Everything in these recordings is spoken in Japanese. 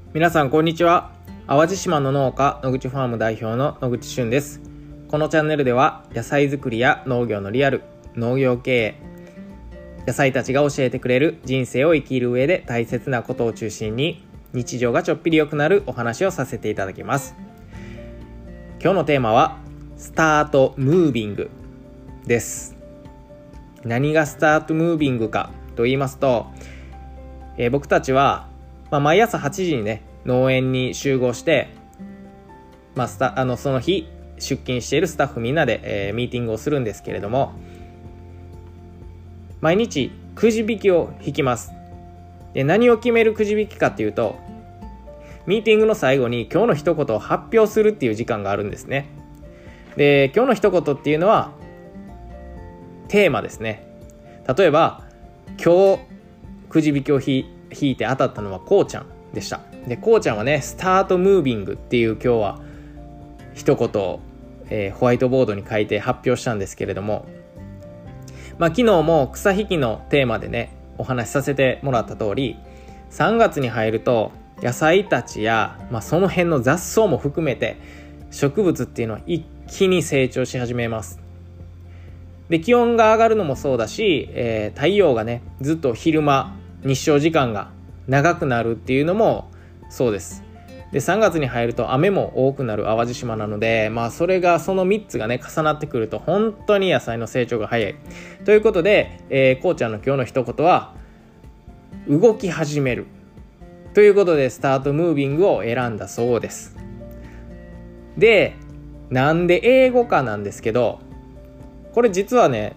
皆さんこんにちは。淡路島の農家野口ファーム代表の野口俊です。このチャンネルでは野菜作りや農業のリアル、農業経営、野菜たちが教えてくれる人生を生きる上で大切なことを中心に日常がちょっぴり良くなるお話をさせていただきます。今日のテーマはスタートムービングです。何がスタートムービングかと言いますと、僕たちは、毎朝8時にね農園に集合して、その日出勤しているスタッフみんなで、ミーティングをするんですけれども、毎日くじ引きを引きます。で、何を決めるくじ引きかっていうと、ミーティングの最後に今日の一言を発表するっていう時間があるんですね。で、今日の一言っていうのはテーマですね。例えば今日くじ引きを引いて当たったのはこうちゃんでした。で、こうちゃんはねスタートムービングっていう今日は一言を、ホワイトボードに書いて発表したんですけれども、昨日も草引きのテーマでねお話しさせてもらった通り、3月に入ると野菜たちや、その辺の雑草も含めて植物っていうのは一気に成長し始めます。で、気温が上がるのもそうだし、太陽がねずっと昼間日照時間が長くなるっていうのもそうです。で、3月に入ると雨も多くなる淡路島なので、それがその3つがね重なってくると本当に野菜の成長が早いということで、こうちゃんの今日の一言は動き始めるということでスタートムービングを選んだそうです。で、なんで英語かなんですけど、これ実はね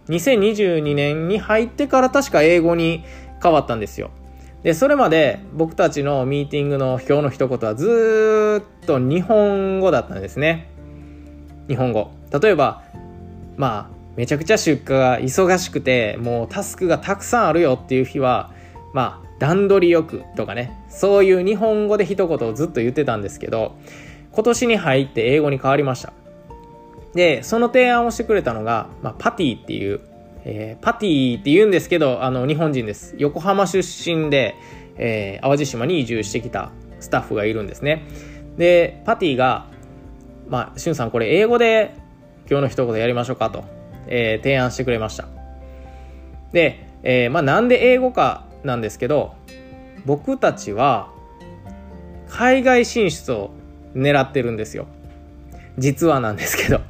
2022年に入ってから確か英語に変わったんですよ。で、それまで僕たちのミーティングの今日の一言はずっと日本語だったんですね。日本語。例えばめちゃくちゃ出荷が忙しくてもうタスクがたくさんあるよっていう日は段取りよくとかね、そういう日本語で一言をずっと言ってたんですけど、今年に入って英語に変わりました。で、その提案をしてくれたのが、パティっていう、パティって言うんですけど、日本人です。横浜出身で、淡路島に移住してきたスタッフがいるんですね。で、パティが、しゅんさんこれ英語で今日の一言やりましょうかと、提案してくれました。で、なんで英語かなんですけど、僕たちは海外進出を狙ってるんですよ。実はなんですけど、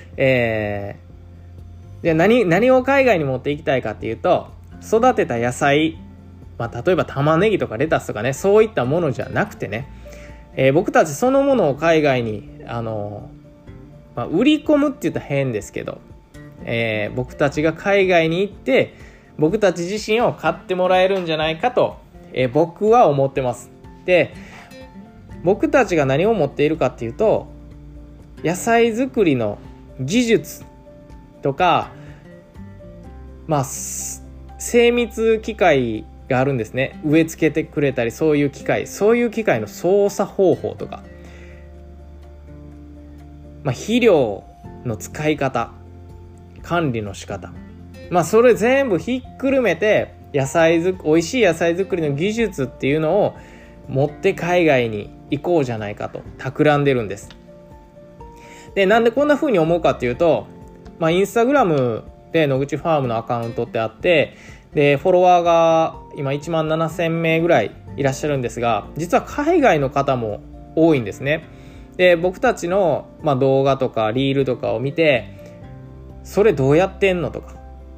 で、何を海外に持っていきたいかっていうと、育てた野菜、例えば玉ねぎとかレタスとかね、そういったものじゃなくてね、僕たちそのものを海外に売り込むって言ったら変ですけど、僕たちが海外に行って僕たち自身を買ってもらえるんじゃないかと、僕は思ってます。で、僕たちが何を持っているかっていうと、野菜作りの技術とか、精密機械があるんですね。植え付けてくれたり、そういう機械の操作方法とか、肥料の使い方、管理の仕方、それ全部ひっくるめて美味しい野菜作りの技術っていうのを持って海外に行こうじゃないかと企んでるんです。で、なんでこんな風に思うかっていうと、インスタグラムで野口ファームのアカウントってあって、でフォロワーが今17,000名ぐらいいらっしゃるんですが、実は海外の方も多いんですね。で、僕たちの、動画とかリールとかを見て、それどうやってんのとか、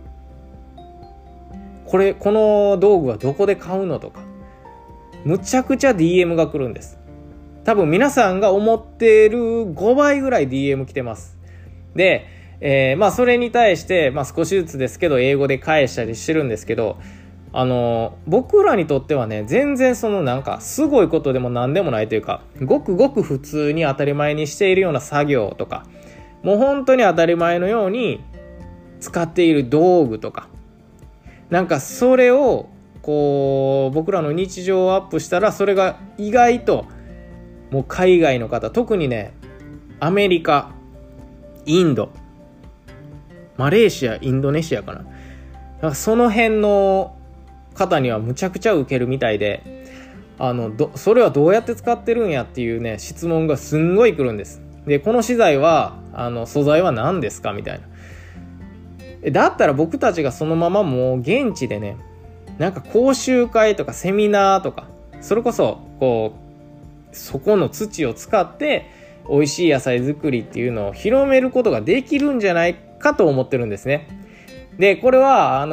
この道具はどこで買うのとか、むちゃくちゃ DM が来るんです。多分皆さんが思っている5倍ぐらい DM 来てます。で、それに対して、少しずつですけど英語で返したりしてるんですけど、僕らにとってはね、全然すごいことでも何でもないというか、ごくごく普通に当たり前にしているような作業とか、もう本当に当たり前のように使っている道具とか、それを僕らの日常をアップしたら、それが意外ともう海外の方、特にねアメリカ、インド、マレーシア、インドネシアかな、その辺の方にはむちゃくちゃウケるみたいで、 それはどうやって使ってるんやっていうね質問がすんごい来るんです。でこの資材は素材は何ですかみたいな。だったら僕たちがそのままもう現地でねなんか講習会とかセミナーとかそれこそそこの土を使って美味しい野菜作りっていうのを広めることができるんじゃないかと思ってるんですね。でこれは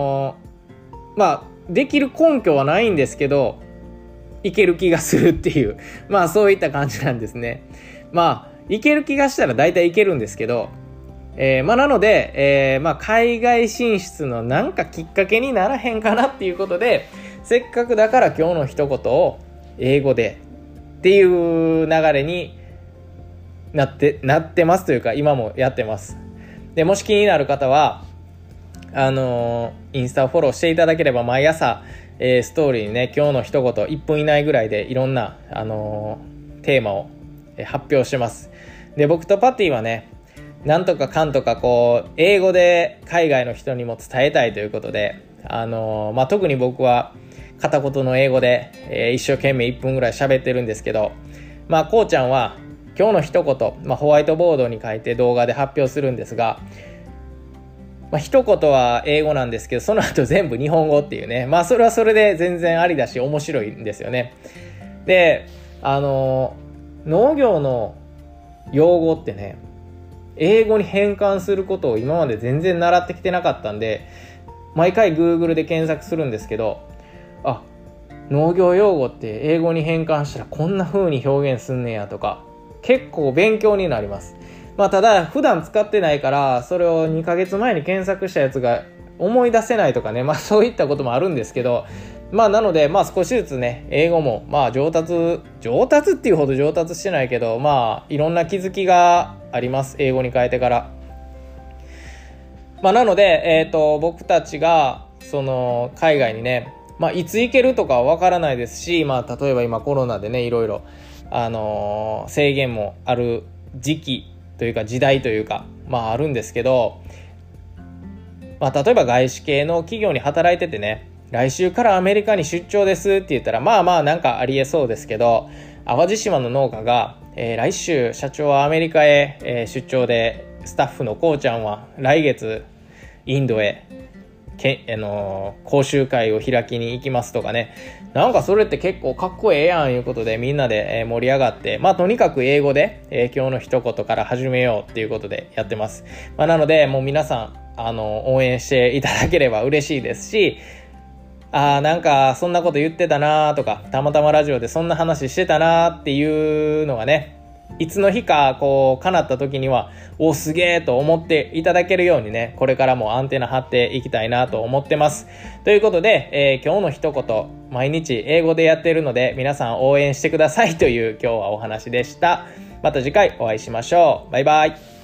できる根拠はないんですけどいける気がするっていうそういった感じなんですね。いける気がしたら大体いけるんですけど、なので、海外進出のなんかきっかけにならへんかなっていうことでせっかくだから今日の一言を英語でっていう流れになってますというか今もやってます。でもし気になる方はインスタをフォローしていただければ毎朝、ストーリーにね今日の一言1分以内ぐらいでいろんな、テーマを発表してます。で僕とパティはねなんとかかんとか英語で海外の人にも伝えたいということで特に僕は片言の英語で、一生懸命1分ぐらい喋ってるんですけどこうちゃんは今日の一言、ホワイトボードに書いて動画で発表するんですが一言は英語なんですけどその後全部日本語っていうねそれはそれで全然ありだし面白いんですよね。で農業の用語ってね英語に変換することを今まで全然習ってきてなかったんで毎回 Google で検索するんですけど農業用語って英語に変換したらこんな風に表現すんねやとか結構勉強になります。ただ普段使ってないからそれを2ヶ月前に検索したやつが思い出せないとかねそういったこともあるんですけどなので少しずつね英語も上達っていうほど上達してないけどいろんな気づきがあります英語に変えてから。なので僕たちがその海外にねいつ行けるとかはわからないですし例えば今コロナでねいろいろ制限もある時期というか時代というかあるんですけど例えば外資系の企業に働いててね来週からアメリカに出張ですって言ったらなんかありえそうですけど淡路島の農家が、来週社長はアメリカへ、出張でスタッフのこうちゃんは来月インドへ講習会を開きに行きますとかねなんかそれって結構かっこええやんいうことでみんなで盛り上がってとにかく英語で、今日の一言から始めようっていうことでやってます。なのでもう皆さん応援していただければ嬉しいですしなんかそんなこと言ってたなとかたまたまラジオでそんな話してたなっていうのがねいつの日か叶った時にはすげえと思っていただけるようにねこれからもアンテナ張っていきたいなと思ってます。ということで、今日の一言毎日英語でやってるので皆さん応援してくださいという今日はお話でした。また次回お会いしましょう。バイバイ。